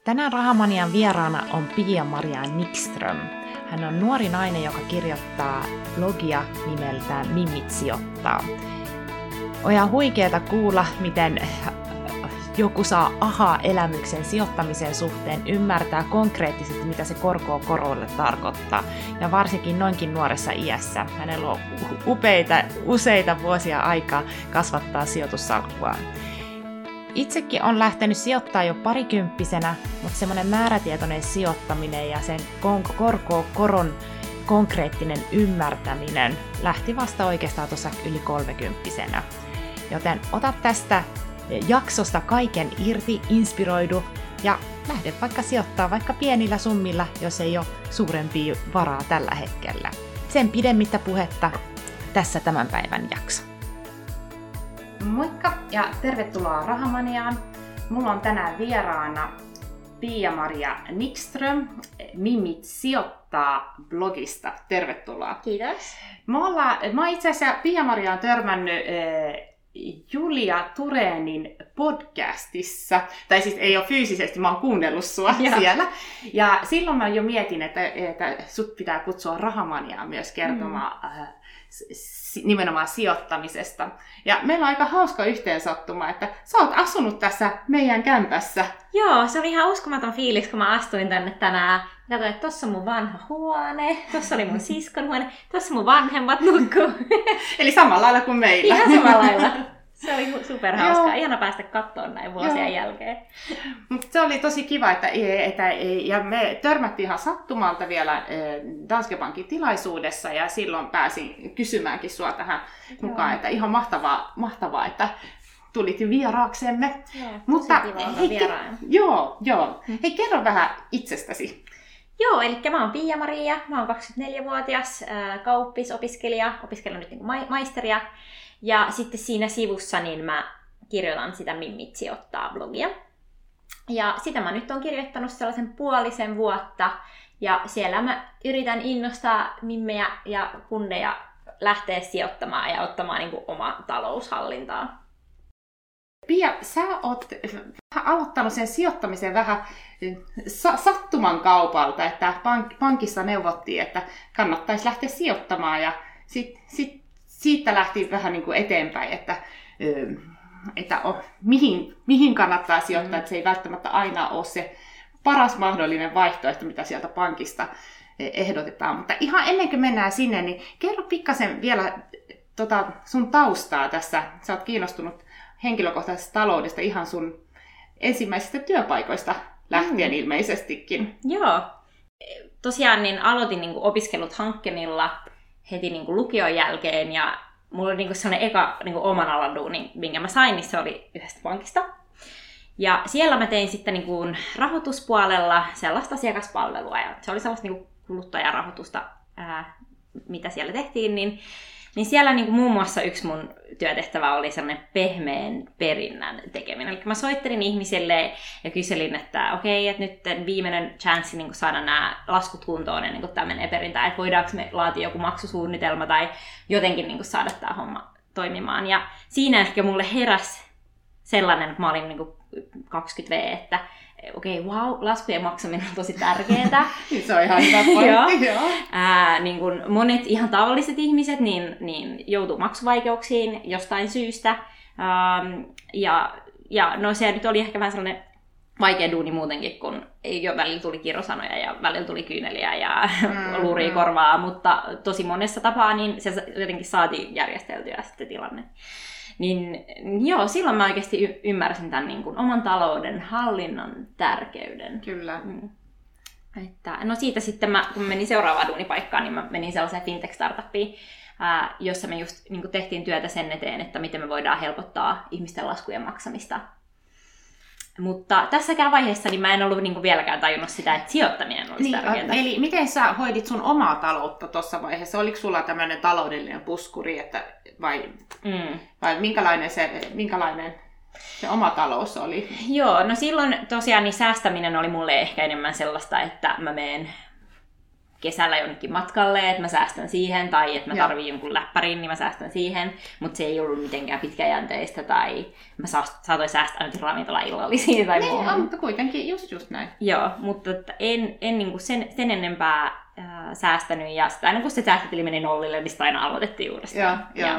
Tänään Rahamanian vieraana on Pia-Maria Nikström. Hän on nuori nainen, joka kirjoittaa blogia nimeltään Mimmit sijoittaa. On ihan huikeeta kuulla, miten joku saa aha-elämyksen sijoittamisen suhteen, ymmärtää konkreettisesti, mitä se korkoa korolle tarkoittaa. Ja varsinkin noinkin nuoressa iässä. Hänellä on useita vuosia aikaa kasvattaa sijoitussalkkua. Itsekin on lähtenyt sijoittaa jo parikymppisenä, mutta semmoinen määrätietoinen sijoittaminen ja sen koron konkreettinen ymmärtäminen lähti vasta oikeastaan tuossa yli 30-vuotiaana. Joten ota tästä jaksosta kaiken irti, inspiroidu ja lähde vaikka sijoittaa vaikka pienillä summilla, jos ei ole suurempia varaa tällä hetkellä. Sen pidemmittä puhetta tässä tämän päivän jakso. Moikka ja tervetuloa Rahamaniaan. Mulla on tänään vieraana Pia-Maria Nikström Mimmit sijoittaa blogista. Tervetuloa. Kiitos. Mä itse asiassa Pia-Maria on törmännyt Julia Turenin podcastissa, tai siis ei ole fyysisesti, mä oon kuunnellut sua siellä. Ja silloin mä jo mietin, että sut pitää kutsua Rahamaniaan myös kertomaan nimenomaan sijoittamisesta. Ja meillä on aika hauska yhteensattuma, että sä oot asunut tässä meidän kämpässä. Joo, se oli ihan uskomaton fiilis, kun mä astuin tänne tänään. Katsoin, että tossa on mun vanha huone, tossa oli mun siskon huone, tossa mun vanhemmat nukkuu. Eli samalla lailla kuin meillä. Ihan samalla lailla. Se oli superhauskaa. Ihana päästä katsomaan näin vuosien jälkeen. Mutta se oli tosi kiva, ja me törmättiin ihan sattumalta vielä Danske Bankin tilaisuudessa, ja silloin pääsin kysymäänkin sua tähän mukaan, että ihan mahtavaa, että tulit vieraaksemme. Mutta Joo. Hei, kerro vähän itsestäsi. Joo, eli mä oon Pia-Maria, mä oon 24-vuotias kauppisopiskelija, opiskelen nyt niin maisteria. Ja sitten siinä sivussa niin mä kirjoitan sitä Mimmit sijoittaa blogia. Ja sitä mä nyt oon kirjoittanut sellaisen puolisen vuotta. Ja siellä mä yritän innostaa mimmejä ja kundeja lähteä sijoittamaan ja ottamaan niin kuin omaa taloushallintaa. Pia, sä oot aloittanut sen sijoittamisen vähän sattuman kaupalta, että pankissa neuvottiin, että kannattaisi lähteä sijoittamaan, ja siitä lähti vähän niin kuin eteenpäin, että mihin kannattaa sijoittaa, että se ei välttämättä aina ole se paras mahdollinen vaihtoehto, mitä sieltä pankista ehdotetaan. Mutta ihan ennen kuin mennään sinne, niin kerro pikkasen vielä sun taustaa tässä. Sä oot kiinnostunut henkilökohtaisesta taloudesta ihan sun ensimmäisistä työpaikoista lähtien ilmeisestikin. Joo. Tosiaan niin aloitin niin kuin opiskelut Hankkenilla heti niin kuin lukion jälkeen, ja mulla oli niin kuin sellainen eka niin kuin oman alan duuni, minkä mä sain, niin se oli yhdestä pankista. Ja siellä mä tein sitten niin kuin rahoituspuolella sellaista asiakaspalvelua, ja se oli sellaista niin kuin kuluttajarahoitusta, mitä siellä tehtiin, niin siellä niin kuin muun muassa yksi mun työtehtävä oli sellainen pehmeän perinnän tekeminen. Eli mä soittelin ihmisille ja kyselin, että okei, että nyt viimeinen chanssi niin saada nämä laskut kuntoon ennen kuin tämä menee perintään, että voidaanko me laatia joku maksusuunnitelma tai jotenkin niin saada tämä homma toimimaan. Ja siinä ehkä mulle heräsi sellainen, että mä olin niin 20V, että okei, laskujen maksaminen on tosi tärkeää. Se on ihan hyvä pointti, joo. Niin kun monet ihan tavalliset ihmiset niin joutuu maksuvaikeuksiin jostain syystä. Ja no se nyt oli ehkä vähän sellainen vaikea duuni muutenkin, kun jo välillä tuli kirosanoja ja välillä tuli kyyneliä ja luuria korvaa, mutta tosi monessa tapaa niin se jotenkin saatiin järjesteltyä sitten tilanne. Niin joo, silloin mä oikeasti ymmärsin tämän niin kuin oman talouden hallinnan tärkeyden. Kyllä. No siitä sitten kun menin seuraavaan duunipaikkaan, niin mä menin sellaiseen fintech-startuppiin, jossa me just niin kuin tehtiin työtä sen eteen, että miten me voidaan helpottaa ihmisten laskujen maksamista. Mutta tässäkään vaiheessa niin mä en ollut niin kuin vieläkään tajunnut sitä, että sijoittaminen olisi tärkeää. Eli miten sä hoidit sun omaa taloutta tuossa vaiheessa? Oliko sulla tämmöinen taloudellinen puskuri, vai minkälainen se oma talous oli? Joo, no silloin tosiaan niin säästäminen oli mulle ehkä enemmän sellaista, että mä menen kesällä jonnekin matkalle, että mä säästän siihen, tai että mä tarviin jonkun läppärin, niin mä säästän siihen, mutta se ei ollut mitenkään pitkäjänteistä, tai mä saatoin säästää nyt ravintolaillallisia tai muuhun. Niin, mutta kuitenkin just näin. Joo, mutta en niin kuin sen enempää säästänyt, ja sitä aina kun se säästötili meni nollille, niin sitä aina aloitettiin uudestaan. Joo.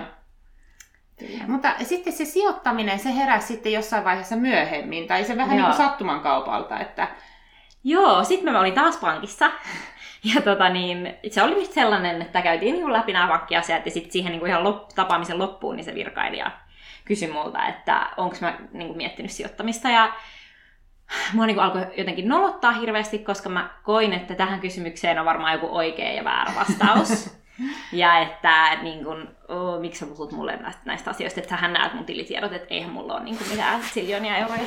Mutta sitten se sijoittaminen, se heräsi sitten jossain vaiheessa myöhemmin, tai se vähän niin kuin sattuman kaupalta, että... Joo, sitten mä olin taas pankissa, ja se oli just sellainen, että käytiin niin läpi nämä pankkiasiat, ja sitten siihen niin kuin ihan tapaamisen loppuun niin se virkailija kysyi multa, että onko mä niin kuin miettinyt sijoittamista, ja mua niin kuin alkoi jotenkin nolottaa hirveästi, koska mä koin, että tähän kysymykseen on varmaan joku oikea ja väärä vastaus. Ja että niin kun, miksi sä puhut mulle näistä asioista, että sähän näet mun tilitiedot, että eihän mulla ole niin kun mitään siljoonia euroja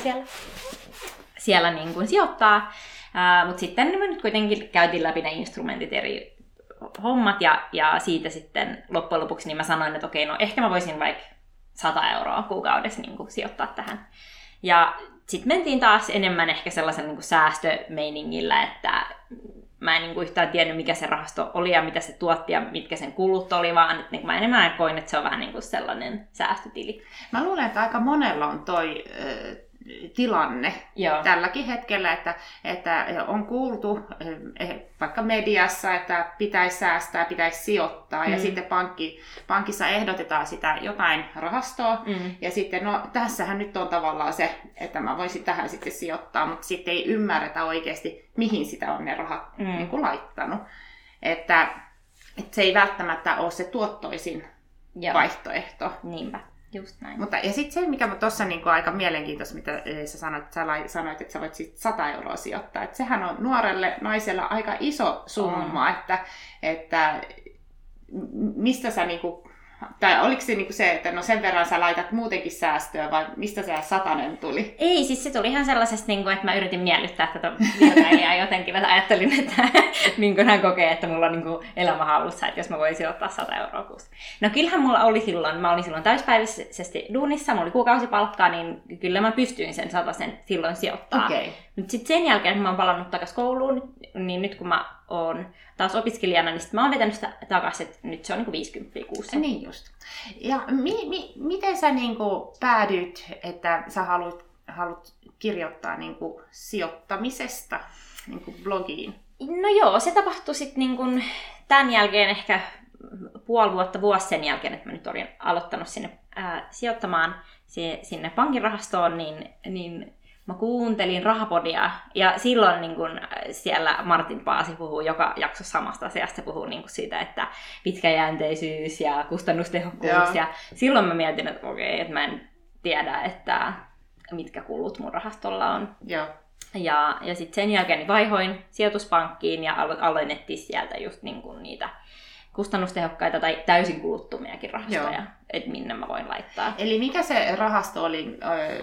siellä niin kun sijoittaa. Mutta sitten me nyt kuitenkin käytiin läpi ne instrumentit, eri hommat, ja siitä sitten loppujen lopuksi niin mä sanoin, että okei, no ehkä mä voisin vaikka 100 euroa kuukaudessa niin kun sijoittaa tähän. Ja sitten mentiin taas enemmän ehkä sellaisen niin kun säästömeiningillä, että mä en niin kuin yhtään tiennyt, mikä se rahasto oli ja mitä se tuotti ja mitkä sen kulut oli, vaan että niin mä enemmän koin, että se on vähän niin kuin sellainen säästötili. Mä luulen, että aika monella on toi tilanne tälläkin hetkellä, että on kuultu vaikka mediassa, että pitäisi säästää, pitäisi sijoittaa ja sitten pankissa ehdotetaan sitä jotain rahastoa ja sitten no tässähän nyt on tavallaan se, että mä voisin tähän sitten sijoittaa, mutta sitten ei ymmärretä oikeasti, mihin sitä on ne rahat niin kuin laittanut. Että se ei välttämättä ole se tuottoisin vaihtoehto. Niinpä. Just näin. Mutta, ja sitten se, mikä tuossa niinku aika mielenkiintoista, mitä sä sanoit, että sä voit sit 100 euroa sijoittaa. Että sehän on nuorelle naiselle aika iso summa, että mistä sä niinku, tai oliko se niinku se, että no sen verran sä laitat muutenkin säästöä, vai mistä se 100 tuli? Ei, siis se tuli ihan sellaisesta, että mä yritin miellyttää tätä virkailijaa jotenkin, että ajattelin, että hän kokee, että mulla on elämä hallussa, että jos mä voisin ottaa 100 euroa kuussa. No kyllähän mulla oli silloin, mä olin silloin täyspäiväisesti duunissa, mulla oli kuukausipalkkaa, niin kyllä mä pystyin sen 100 silloin sijoittaa. Okay. Mutta sitten sen jälkeen, kun mä oon palannut takaisin kouluun, niin nyt kun mä oon taas opiskelijana, niin mä oon vetänyt sitä takaisin, että nyt se on 50 kuussa. Niin just. Ja miten sä päädyit, että sä haluat kirjoittaa sijoittamisesta blogiin? No joo, se tapahtui sitten tämän jälkeen ehkä vuosi sen jälkeen, että mä nyt olin aloittanut sinne sijoittamaan sinne pankirahastoon, niin mä kuuntelin Rahapodia, ja silloin siellä Martin Paasi puhuu joka jaksossa samasta asiasta, se puhuu siitä, että pitkäjänteisyys ja kustannustehokkuus, ja silloin mä mietin, että okei, että mä en tiedä, että mitkä kulut mun rahastolla on. Joo. Ja sitten sen jälkeen vaihoin sijoituspankkiin ja aloin etsiä sieltä just niitä kustannustehokkaita tai täysin kuluttumiakin rahastoja, että minne mä voin laittaa. Eli mikä se rahasto oli,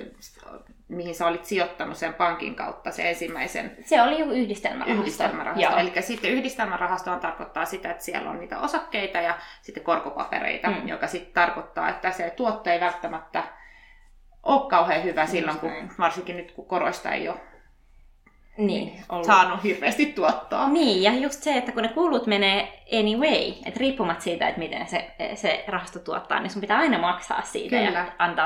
mihin sä olit sijoittanut sen pankin kautta, se ensimmäisen? Se oli joku yhdistelmärahasto. Eli sitten yhdistelmärahastoon tarkoittaa sitä, että siellä on niitä osakkeita ja sitten korkopapereita, joka sitten tarkoittaa, että se tuotto ei välttämättä ole kauhean hyvä silloin, varsinkin nyt kun koroista ei ole saanut hirveästi tuottoa. Niin, ja just se, että kun ne kulut menee anyway, että riippumatta siitä, että miten se rahasto tuottaa, niin sun pitää aina maksaa siitä. Kyllä. Ja antaa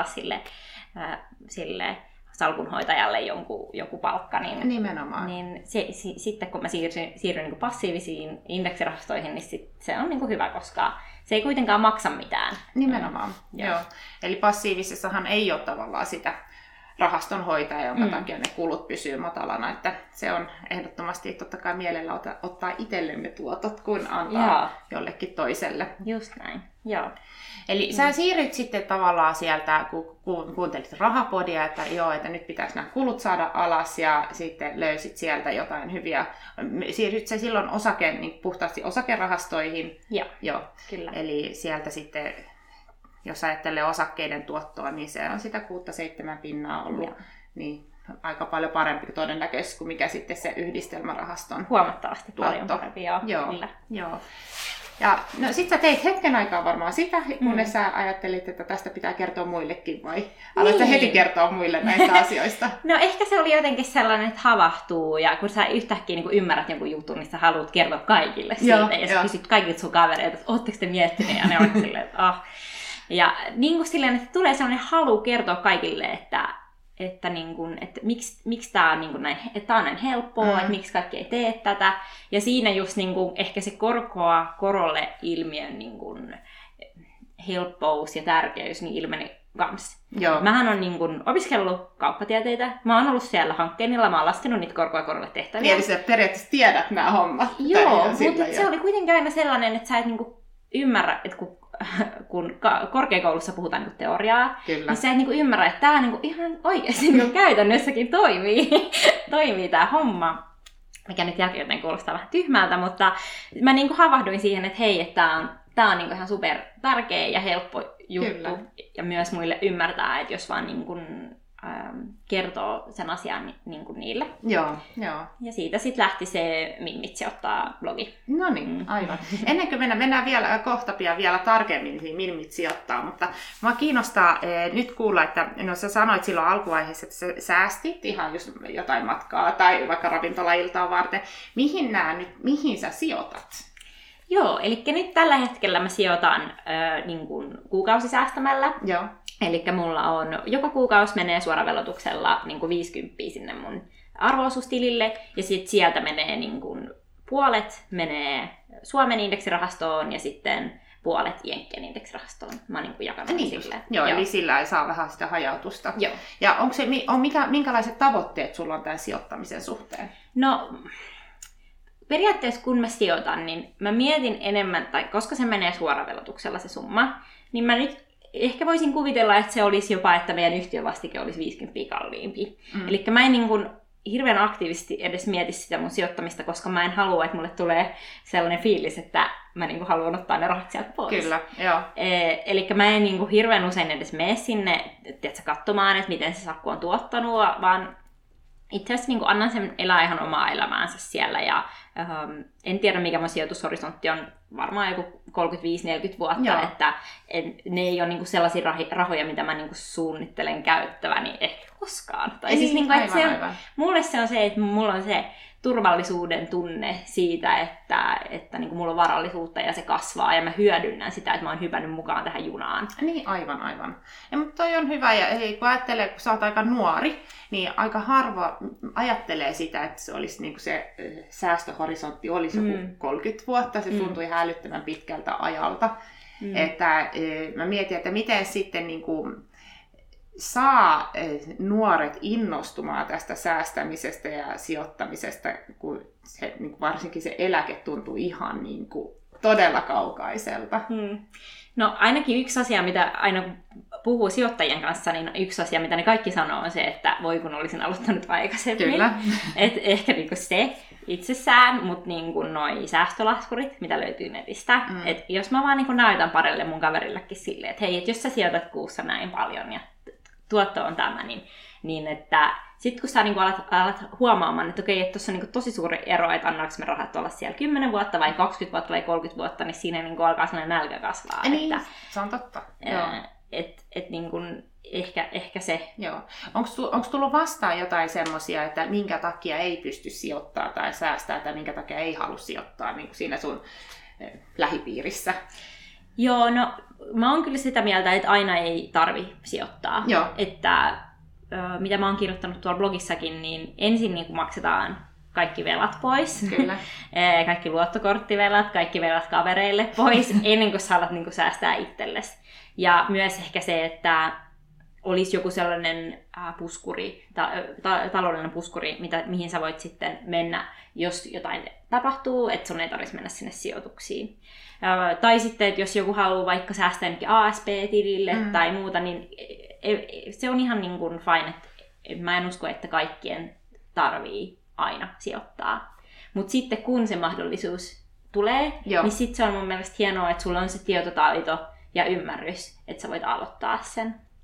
sille salkunhoitajalle joku palkka. Nimenomaan. Niin sitten kun mä siirryn passiivisiin indeksirahastoihin, niin se on hyvä, koska se ei kuitenkaan maksa mitään. Nimenomaan, joo. Eli passiivisessahan ei ole tavallaan sitä rahastonhoitaja, jonka takia ne kulut pysyy matalana, että se on ehdottomasti totta kai mielellä ottaa itsellemme tuotot, kun antaa jollekin toiselle. Just näin, joo. Eli sä siirryt sitten tavallaan sieltä, kun kuuntelit Rahapodia, että nyt pitäisi nämä kulut saada alas, ja sitten löysit sieltä jotain hyviä. Siirryt se silloin puhtaasti osakerahastoihin? Joo, kyllä. Eli sieltä sitten, jos ajattelee osakkeiden tuottoa, niin se on sitä 6-7% ollut. Niin aika paljon parempi todennäköisesti kuin mikä sitten se yhdistelmärahaston huomattavasti tuotto. Paljon parempi, joo. Joo. Ja no sit sä teit hetken aikaa varmaan sitä, kunnes sä ajattelit, että tästä pitää kertoa muillekin, vai aloit sä heti kertoa muille näistä asioista? No ehkä se oli jotenkin sellainen, että havahtuu, ja kun sä yhtäkkiä niin kun ymmärrät jonkun jutun, niin sä haluat kertoa kaikille siitä, ja sä kysyt kaikilta sun kavereilta, että ootteko te miettineet, ja ne on silleen, että Ja niin kuin silleen, että tulee sellainen halu kertoa kaikille, että miksi tämä on, niin kuin näin, että tää on näin helppoa, että miksi kaikki ei tee tätä. Ja siinä just niin kuin, ehkä se korkoa korolle ilmiön niin kuin, helppous ja tärkeys niin ilmeni kanssa. Mähän on niin kuin, opiskellut kauppatieteitä. Mä oon ollut siellä hankkeenilla, mä oon laskenut niitä korkoa korolle tehtäviä. Eli sä periaatteessa tiedät nämä hommat. Joo, mutta se oli kuitenkin aina sellainen, että sä et niin kuin, ymmärrä, että kun korkeakoulussa puhutaan niin teoriaa, niin sä et niin kuin ymmärrä, että tämä niin ihan oikeasti niin käytännössäkin toimii tämä homma. Mikä nyt jälkikäteen kuulostaa vähän tyhmältä, mutta mä niin kuin havahduin siihen, että hei, että tämä on niin kuin ihan super tärkeä ja helppo juttu. Kyllä. Ja myös muille ymmärtää, että jos vaan niin kuin, kertoo sen asian niin kuin niille. Joo. Ja siitä sitten lähti se Mimmitsi ottaa blogi. No niin, aivan. Ennen kuin mennään vielä tarkemmin siihen Mimmitsi ottaa, mutta mua kiinnostaa nyt kuulla, että no sä sanoit silloin alkuvaiheessa, että sä säästit ihan just jotain matkaa tai vaikka ravintolailtaa varten. Mihin sä sijoitat? Joo, eli nyt tällä hetkellä mä sijoitan niin kuin kuukausisäästämällä. Joo. Eli mulla on, joka kuukausi menee suoravelotuksella niin kuin 50 sinne mun arvo-osuustilille, ja sitten sieltä menee niin kuin, puolet menee Suomen indeksirahastoon, ja sitten puolet Jenkkien indeksirahastoon. Mä oon niin kuin jakanut niin silleen. Joo, eli sillä ei saa vähän sitä hajautusta. Joo. Ja minkälaiset tavoitteet sulla on tämän sijoittamisen suhteen? No, periaatteessa kun mä sijoitan, niin mä mietin enemmän, tai koska se menee suoravelotuksella se summa, niin mä nyt ehkä voisin kuvitella, että se olisi jopa, että meidän yhtiövastike olisi 50 kalliimpi. Eli mä en niin kuin hirveän aktiivisesti edes mieti sitä mun sijoittamista, koska mä en halua, että mulle tulee sellainen fiilis, että mä niin kuin haluan ottaa ne rahat sieltä pois. Kyllä, joo. Eli mä en niin kuin hirveän usein edes mene sinne katsomaan, että miten se sakku on tuottanut, vaan itse asiassa niin kuin annan sen elää ihan omaa elämäänsä siellä. Ja en tiedä, mikä mun sijoitushorisontti on, varmaan joku 35-40 vuotta, joo. Että ne ei ole niinku sellaisia rahoja, mitä mä niinku suunnittelen käyttäväni ehkä koskaan. Tai siis niinku, aivan. Mulle se on se, että mulla on se turvallisuuden tunne siitä, että niinku mulla on varallisuutta ja se kasvaa ja mä hyödynnän sitä, että mä oon hypännyt mukaan tähän junaan. Niin, aivan. Ja, mutta toi on hyvä, ja kun ajattelee, kun sä oot aika nuori, niin aika harva ajattelee sitä, että se olisi niinku se säästöhorisontti olisi joku 30 vuotta. Se tuntui ihan älyttömän pitkältä ajalta. Että mä mietin, että miten sitten niinku saa nuoret innostumaan tästä säästämisestä ja sijoittamisesta, kun se, niin varsinkin se eläke tuntuu ihan niin kuin todella kaukaiselta. No ainakin yksi asia, mitä aina kun puhuu sijoittajien kanssa, niin yksi asia, mitä ne kaikki sanoo, on se, että voi kun olisin aloittanut aikaisemmin. Kyllä. Ehkä niin kuin se itsessään, mutta niin kuin noi säästölaskurit, mitä löytyy netistä. Et jos mä vaan niin kuin näytän parille mun kaverillekin silleen, että hei, et jos sä sijoitat kuussa näin paljon ja tuotto on tämä, niin että sitten kun sä niin alat huomaamaan, että okei, että tuossa on niin tosi suuri ero, että annaanko me rahat olla siellä 10 vuotta vai 20 vuotta vai 30 vuotta, niin siinä niin alkaa sellainen nälkä kasvaa. Niin, että, se on totta. Et niin kuin, ehkä se. Joo. Onko tullut vastaan jotain semmoisia, että minkä takia ei pysty sijoittamaan tai säästää, tai minkä takia ei halua sijoittaa niin kuin siinä sun lähipiirissä? Joo, no mä oon kyllä sitä mieltä, että aina ei tarvi sijoittaa. Joo. Että mitä mä oon kirjoittanut tuolla blogissakin, niin ensin niin maksetaan kaikki velat pois. Kyllä. Kaikki luottokorttivelat, kaikki velat kavereille pois, ennen kuin sä alat niin säästää itsellesi. Ja myös ehkä se, että olisi joku sellainen puskuri, taloudellinen puskuri, mihin sä voit sitten mennä, jos jotain tapahtuu, että sun ei tarvitsisi mennä sinne sijoituksiin. Tai sitten, että jos joku haluaa vaikka säästää ASP-tilille tai muuta, niin se on ihan niin kuin fine. Että mä en usko, että kaikkien tarvii aina sijoittaa. Mutta sitten kun se mahdollisuus tulee, niin sitten se on mun mielestä hienoa, että sulla on se tietotaito ja ymmärrys, että sä voit aloittaa sen.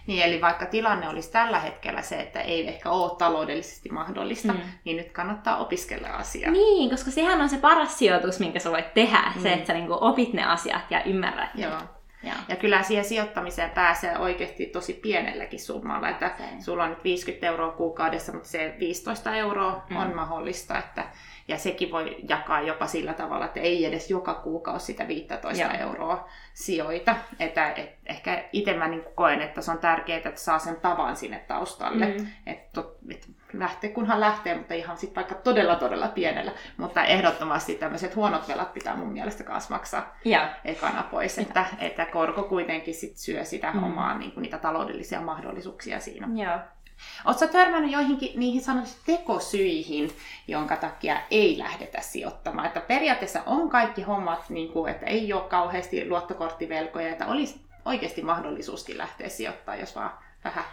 Niin, eli vaikka tilanne olisi tällä hetkellä se, että ei ehkä ole taloudellisesti mahdollista, niin nyt kannattaa opiskella asiaa. Niin, koska sehän on se paras sijoitus, minkä sä voit tehdä, se, että sä niinku opit ne asiat ja ymmärrät. Joo. Ja kyllä siihen sijoittamiseen pääsee oikeasti tosi pienelläkin summalla, että sulla on nyt 50 € kuukaudessa, mutta se 15 € on mahdollista, ja sekin voi jakaa jopa sillä tavalla, että ei edes joka kuukausi sitä 15 € sijoita. Että ehkä itse mä niin koen, että se on tärkeää, että saa sen tavan sinne taustalle. Että lähtee kunhan lähtee, mutta ihan sitten vaikka todella pienellä. Mutta ehdottomasti tämmöiset huonot velat pitää mun mielestä kanssa maksaa ekana pois. Että korko kuitenkin sit syö sitä omaa niin niitä taloudellisia mahdollisuuksia siinä. Joo. Oletko törmännyt joihinkin niihin sanoisin tekosyihin, jonka takia ei lähdetä sijoittamaan? Että periaatteessa on kaikki hommat, niin kuin, että ei ole kauheasti luottokorttivelkoja, että olisi oikeasti mahdollisuuskin lähteä sijoittamaan, jos vaan vähän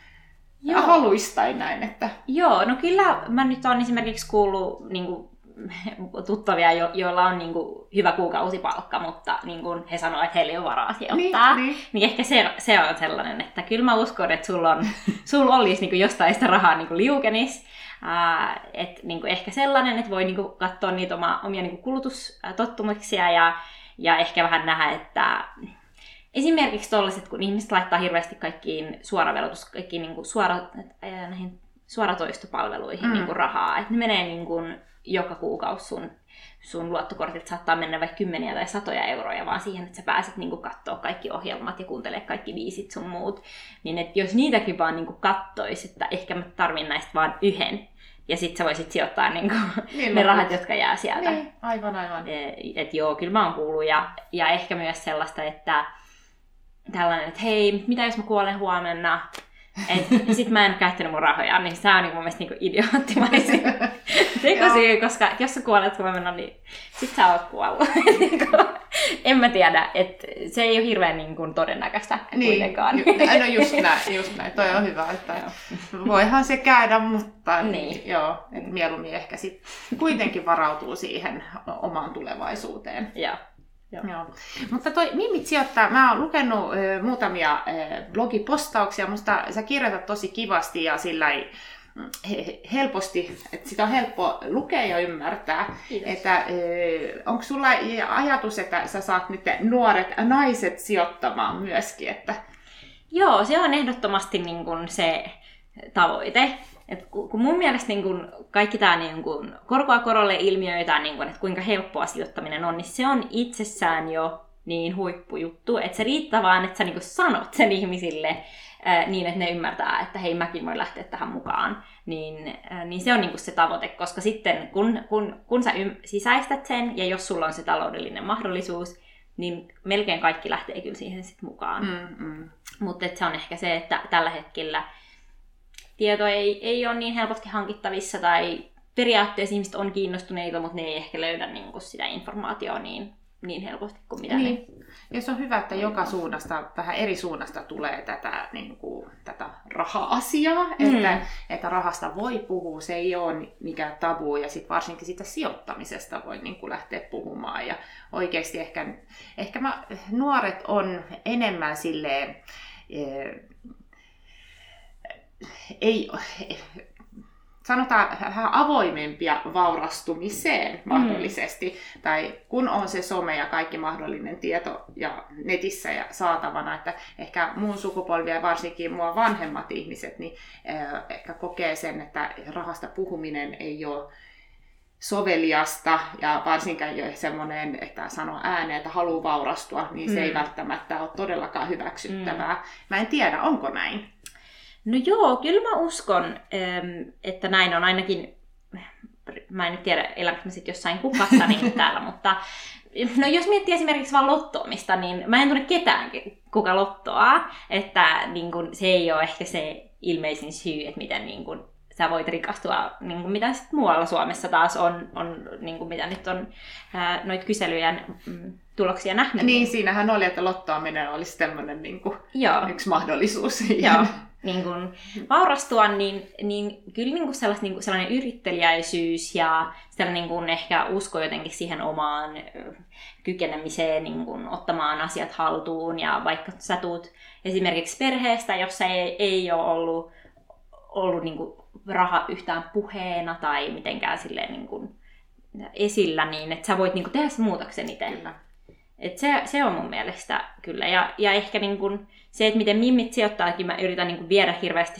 haluaisi tai näin. Että... Joo, no kyllä mä nyt olen esimerkiksi kuullut niin kuin, tuttavia, joilla on niin kuin, hyvä kuukausipalkka, mutta niin kuin he sanoo, että heillä ei ole varaa sijoittaa. Niin ehkä se on sellainen, että kyllä mä uskon, että sulla olisi niin kuin, jostain sitä rahaa niin kuin liukenisi. Että niin kuin, ehkä sellainen, että voi niin kuin, katsoa niitä omia niin kuin, kulutustottumuksia ja ehkä vähän nähdä, että esimerkiksi tollaiset, kun ihmiset laittaa hirveästi kaikkiin suoravelotuskakkiin niin näihin suoratoistopalveluihin niin kuin rahaa, että ne menee niin kuin joka kuukausi sun luottokortilta saattaa mennä vaikka 10 tai 100 euroja, vaan siihen, että sä pääset niin kuin katsoa kaikki ohjelmat ja kuuntelee kaikki biisit sun muut. Niin että jos niitäkin vaan niin kuin kattois, että ehkä mä tarvin näistä vaan yhden, ja sit sä voisit sijoittaa niin kuin ne rahat, jotka jää sieltä. Niin, aivan. Että joo, kyllä mä oon kuullut. Ja ehkä myös sellaista, että tällainen, että hei, mitä jos mä kuolen huomenna? Että sit mä en käyttänyt mun rahoja, niin se on mun mielestä niinku idioottimaisin tekosyy, koska jos sä kuolet huomenna, niin sit sä oot kuollut. En mä tiedä, että se ei ole hirveän niin kuin todennäköistä kuitenkaan. No just näin. Toi on hyvä, että voihan se käydä, mutta joo, että mieluummin ehkä sit kuitenkin varautuu siihen omaan tulevaisuuteen. Joo. Mutta toi Mimmit sijoittaa, mä oon lukenut muutamia blogipostauksia, musta sä kirjoitat tosi kivasti ja sillai helposti, että sitä on helppo lukea ja ymmärtää. Että onko sulla ajatus, että sä saat nyt nuoret naiset sijoittamaan myöskin? Että... Joo, se on ehdottomasti niin kuin se tavoite. Et kun mun mielestä niin kun kaikki tämä niin kun korkoa korolle ilmiöitä, niin kun, että kuinka helppoa sijoittaminen on, niin se on itsessään jo niin huippujuttu, että se riittää vaan, että sä niin kun sanot sen ihmisille niin, että ne ymmärtää, että hei, mäkin voin lähteä tähän mukaan. Niin se on niin kun se tavoite, koska sitten kun sä sisäistät sen, ja jos sulla on se taloudellinen mahdollisuus, niin melkein kaikki lähtee kyllä siihen sitten mukaan. Mutta se on ehkä se, että tällä hetkellä tieto ei ole niin helposti hankittavissa, tai periaatteessa ihmiset on kiinnostuneita, mutta ne ei ehkä löydä niin kuin sitä informaatiota niin helposti kuin mitä ne. Ja se on hyvä, että joka suunnasta, vähän eri suunnasta tulee tätä raha-asiaa, että rahasta voi puhua, se ei ole mikään tabu, ja sitten varsinkin sitä sijoittamisesta voi niin kuin lähteä puhumaan. Ja oikeasti ehkä nuoret on enemmän silleen... sanotaan vähän avoimempia vaurastumiseen mahdollisesti, tai kun on se some ja kaikki mahdollinen tieto ja netissä ja saatavana, että ehkä muun sukupolvi ja varsinkin mua vanhemmat ihmiset niin ehkä kokee sen, että rahasta puhuminen ei ole soveliasta ja varsinkaan jo semmoinen, että sanoo ääneen, että haluaa vaurastua, niin se ei välttämättä ole todellakaan hyväksyttävää. Mä en tiedä, onko näin? No joo, kyllä mä uskon, että näin on ainakin, mä en nyt tiedä, elänkö mä sitten jossain kukassa niin täällä, mutta no jos miettii esimerkiksi vaan lottoamista, niin mä en tunne ketään, kuka lottoaa, että niin kun, se ei ole ehkä se ilmeisin syy, että miten niin kun, sä voit rikastua, niin kun, mitä sitten muualla Suomessa taas on niin kun, mitä nyt on noita kyselyjen tuloksia nähnyt. Niin, siinähän oli, että lottoaminen olisi tämmöinen niin kuin yksi mahdollisuus siihen. niin kun vaurastua, niin kyllä niin kun sellainen yritteliäisyys ja sellainen niin kun ehkä usko jotenkin siihen omaan kykenemiseen niin kun ottamaan asiat haltuun. Ja vaikka sä tuut esimerkiksi perheestä, jossa ei ole ollut niin kun raha yhtään puheena tai mitenkään silleen niin kun esillä, niin että sä voit niin kun tehdä se muutoksen itse. Et se on mun mielestä kyllä. Ja ehkä niin kun se, että miten mimmit sijoittaakin, mä yritän niin kun viedä hirveästi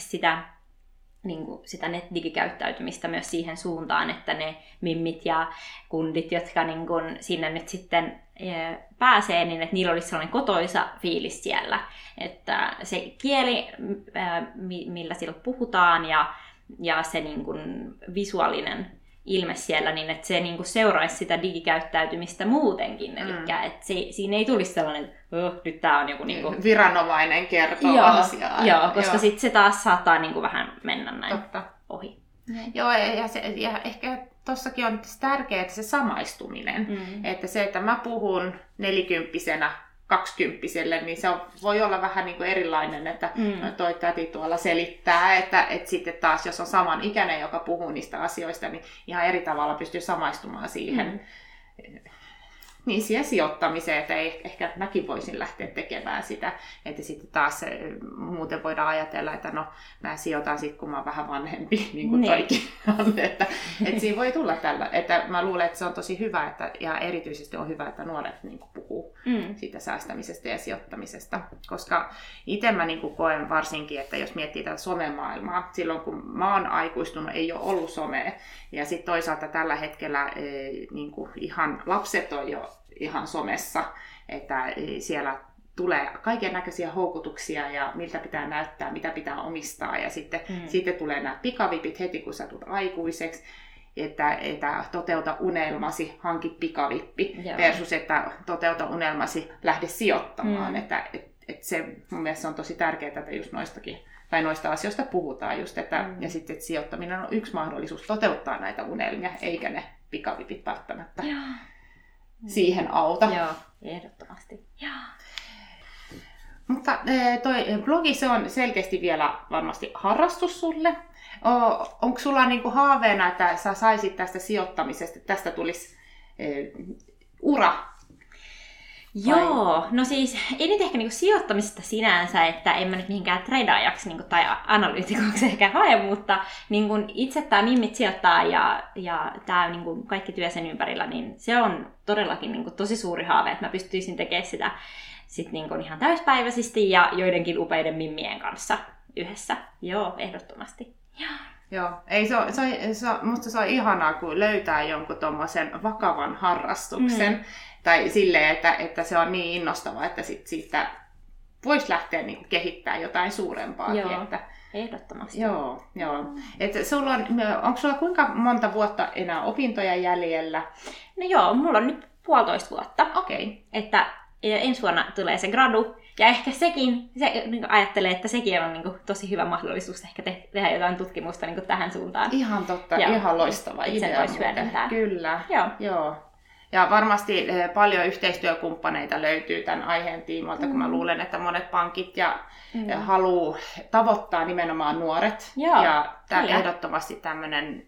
sitä netdigikäyttäytymistä myös siihen suuntaan, että ne mimmit ja kundit, jotka niin kun sinne nyt sitten pääsee, niin että niillä olisi sellainen kotoisa fiilis siellä. Että se kieli, millä sillä puhutaan ja se niin kun visuaalinen ilme siellä, niin että se niinku seuraisi sitä digikäyttäytymistä muutenkin. Elikkä että siinä ei tulisi sellainen, että nyt tää on joku niinku viranomainen kertoo asiaa. Joo, koska sitten se taas saattaa niinku vähän mennä näin ohi. Joo, ja ehkä tossakin on tärkeää se samaistuminen. Että se, että mä puhun 40-vuotiaana 20-vuotiaille, niin se voi olla vähän niin kuin erilainen, että toi täti tuolla selittää, että sitten taas jos on samanikäinen, joka puhuu niistä asioista, niin ihan eri tavalla pystyy samaistumaan siihen. Niin siihen sijoittamiseen, että ehkä mäkin voisin lähteä tekemään sitä, että sitten taas muuten voidaan ajatella, että no mä sijoitan sitten kun mä oon vähän vanhempi, niin kuin toikin on, että siinä voi tulla tällä, että mä luulen, että se on tosi hyvä, ja erityisesti on hyvä, että nuoret niin kuin puhuu siitä säästämisestä ja sijoittamisesta, koska itse mä niin kuin koen varsinkin, että jos miettii tätä somemaailmaa, silloin kun mä oon aikuistunut, ei ole ollut somea, ja sitten toisaalta tällä hetkellä niin kuin ihan lapset on jo ihan somessa, että siellä tulee kaiken näköisiä houkutuksia ja miltä pitää näyttää, mitä pitää omistaa ja sitten tulee nämä pikavipit heti kun sä tulet aikuiseksi, että toteuta unelmasi, hanki pikavippi versus että toteuta unelmasi, lähde sijoittamaan, että se mun mielestä on tosi tärkeää, että just noista asioista puhutaan just, että ja sitten että sijoittaminen on yksi mahdollisuus toteuttaa näitä unelmia, eikä ne pikavipit välttämättä siihen auta. Joo, ehdottomasti. Joo. Mutta toi blogi, se on selkeästi vielä varmasti harrastus sulle. Onko sulla niinku haaveena, että sä saisit tästä sijoittamisesta, että tästä tulisi ura? Joo, no siis ei nyt ehkä niinku sijoittamisesta sinänsä, että en mä nyt mihinkään treidaajaksi niinku, tai analyytikoksi ehkä hae, mutta niinku, itse tämä mimmit sijoittaa ja tämä niinku, kaikki työ sen ympärillä, niin se on todellakin niinku, tosi suuri haave, että mä pystyisin tekemään sitä sit, niinku, ihan täyspäiväisesti ja joidenkin upeiden mimmien kanssa yhdessä. Joo, ehdottomasti. Joo, musta se on ihanaa, kun löytää jonkun tommosen vakavan harrastuksen. Tai silleen, että se on niin innostava, että siitä voisi lähteä niin kehittämään jotain suurempaa. Joo, ehdottomasti. Joo. Et onko sulla kuinka monta vuotta enää opintoja jäljellä? No joo, mulla on nyt 1,5 vuotta. Okei. Että ensi vuonna tulee se gradu. Ja ehkä sekin, niin ajattelee, että sekin on niin kuin, tosi hyvä mahdollisuus ehkä tehdä jotain tutkimusta niin kuin tähän suuntaan. Ihan totta, ihan loistava idea. Sen voisi hyödyntää. Kyllä, joo. Ja varmasti paljon yhteistyökumppaneita löytyy tämän aiheen tiimoilta, kun mä luulen, että monet pankit haluaa tavoittaa nimenomaan nuoret. Ja ehdottomasti tämmöinen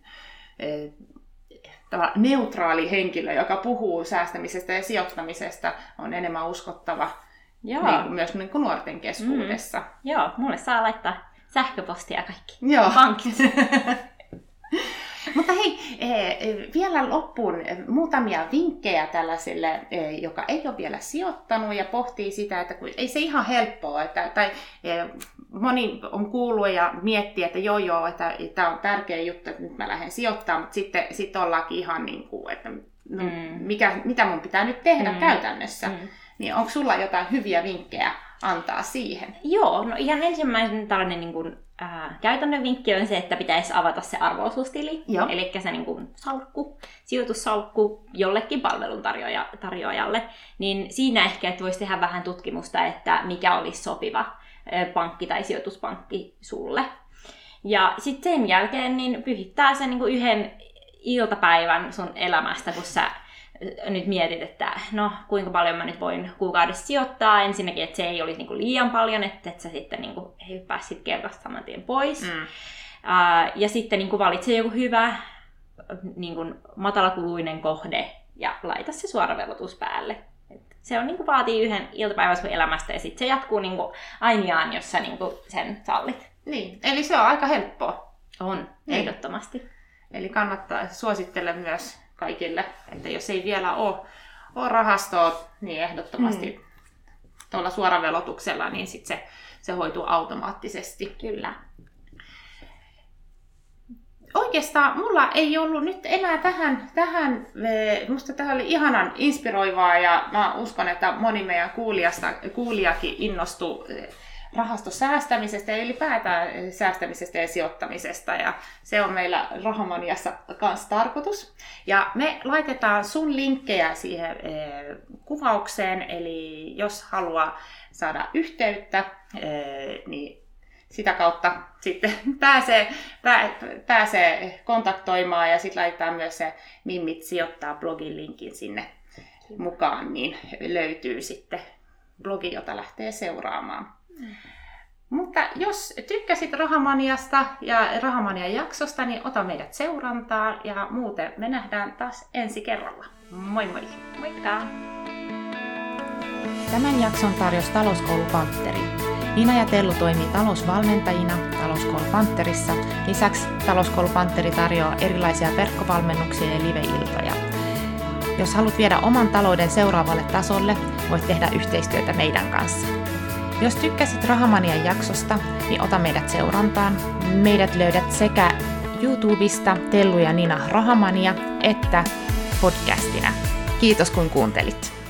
neutraali henkilö, joka puhuu säästämisestä ja sijoittamisesta, on enemmän uskottava myös niin kuin nuorten keskuudessa. Joo, mulle saa laittaa sähköpostia kaikki pankit. Mutta hei, vielä loppuun muutamia vinkkejä tällaiselle, joka ei ole vielä sijoittanut ja pohtii sitä, että kun ei se ihan helppoa, tai moni on kuullut ja miettii, että että tämä on tärkeä juttu, että nyt mä lähden sijoittamaan, mutta sitten ollaankin ihan niin kuin, että mitä mun pitää nyt tehdä käytännössä. Niin onko sulla jotain hyviä vinkkejä antaa siihen? Joo, no ihan ensimmäinen tällainen niin kuin, käytännön vinkki on se, että pitäisi avata se arvo-osuustili. Eli se niin kuin, sijoitussalkku jollekin palveluntarjoajalle. Niin siinä ehkä, että voisi tehdä vähän tutkimusta, että mikä olisi sopiva pankki tai sijoituspankki sulle. Ja sitten sen jälkeen niin pyhittää sen niin kuin yhden iltapäivän sun elämästä, kun sä nyt mietit, että no kuinka paljon mä nyt voin kuukaudessa sijoittaa. Ensinnäkin, että se ei olisi niinku liian paljon, että et sä sitten niinku hyppää sit kelkasta saman tien pois. Ja sitten niinku valitse joku hyvä niinku matalakuluinen kohde ja laita se suoravelotus päälle. Se on, niinku, vaatii yhden iltapäivän sun elämästä ja sitten se jatkuu niinku ainiaan, jos sä niinku sen sallit. Niin, eli se on aika helppoa. On, ehdottomasti. Eli kannattaa suosittele myös kaikille, että jos ei vielä ole rahastoa, niin ehdottomasti tuolla suoravelotuksella, niin sit se hoituu automaattisesti. Kyllä. Oikeastaan mulla ei ollut nyt enää tähän, musta tämä oli ihanan inspiroivaa ja mä uskon, että moni meidän kuulijakin innostuu rahastosäästämisestä ja ylipäätään säästämisestä ja sijoittamisesta. Ja se on meillä Rahamaniassa kanssa tarkoitus. Ja me laitetaan sun linkkejä siihen kuvaukseen, eli jos haluaa saada yhteyttä, niin sitä kautta sitten pääsee kontaktoimaan ja sitten laitetaan myös se Mimmit sijoittaa blogin linkin sinne mukaan, niin löytyy sitten blogi, jota lähtee seuraamaan. Mutta jos tykkäsit Rahamaniasta ja Rahamanian jaksosta, niin ota meidät seurantaan ja muuten me nähdään taas ensi kerralla. Moi moi! Moikka! Tämän jakson tarjosi Talouskoulu Pantteri. Nina ja Tellu toimii talousvalmentajina Talouskoulu Pantterissa. Lisäksi Talouskoulu Pantteri tarjoaa erilaisia verkkovalmennuksia ja live-iltoja. Jos haluat viedä oman talouden seuraavalle tasolle, voit tehdä yhteistyötä meidän kanssa. Jos tykkäsit Rahamanian jaksosta, niin ota meidät seurantaan. Meidät löydät sekä YouTubesta Tellu ja Nina Rahamania että podcastina. Kiitos kun kuuntelit.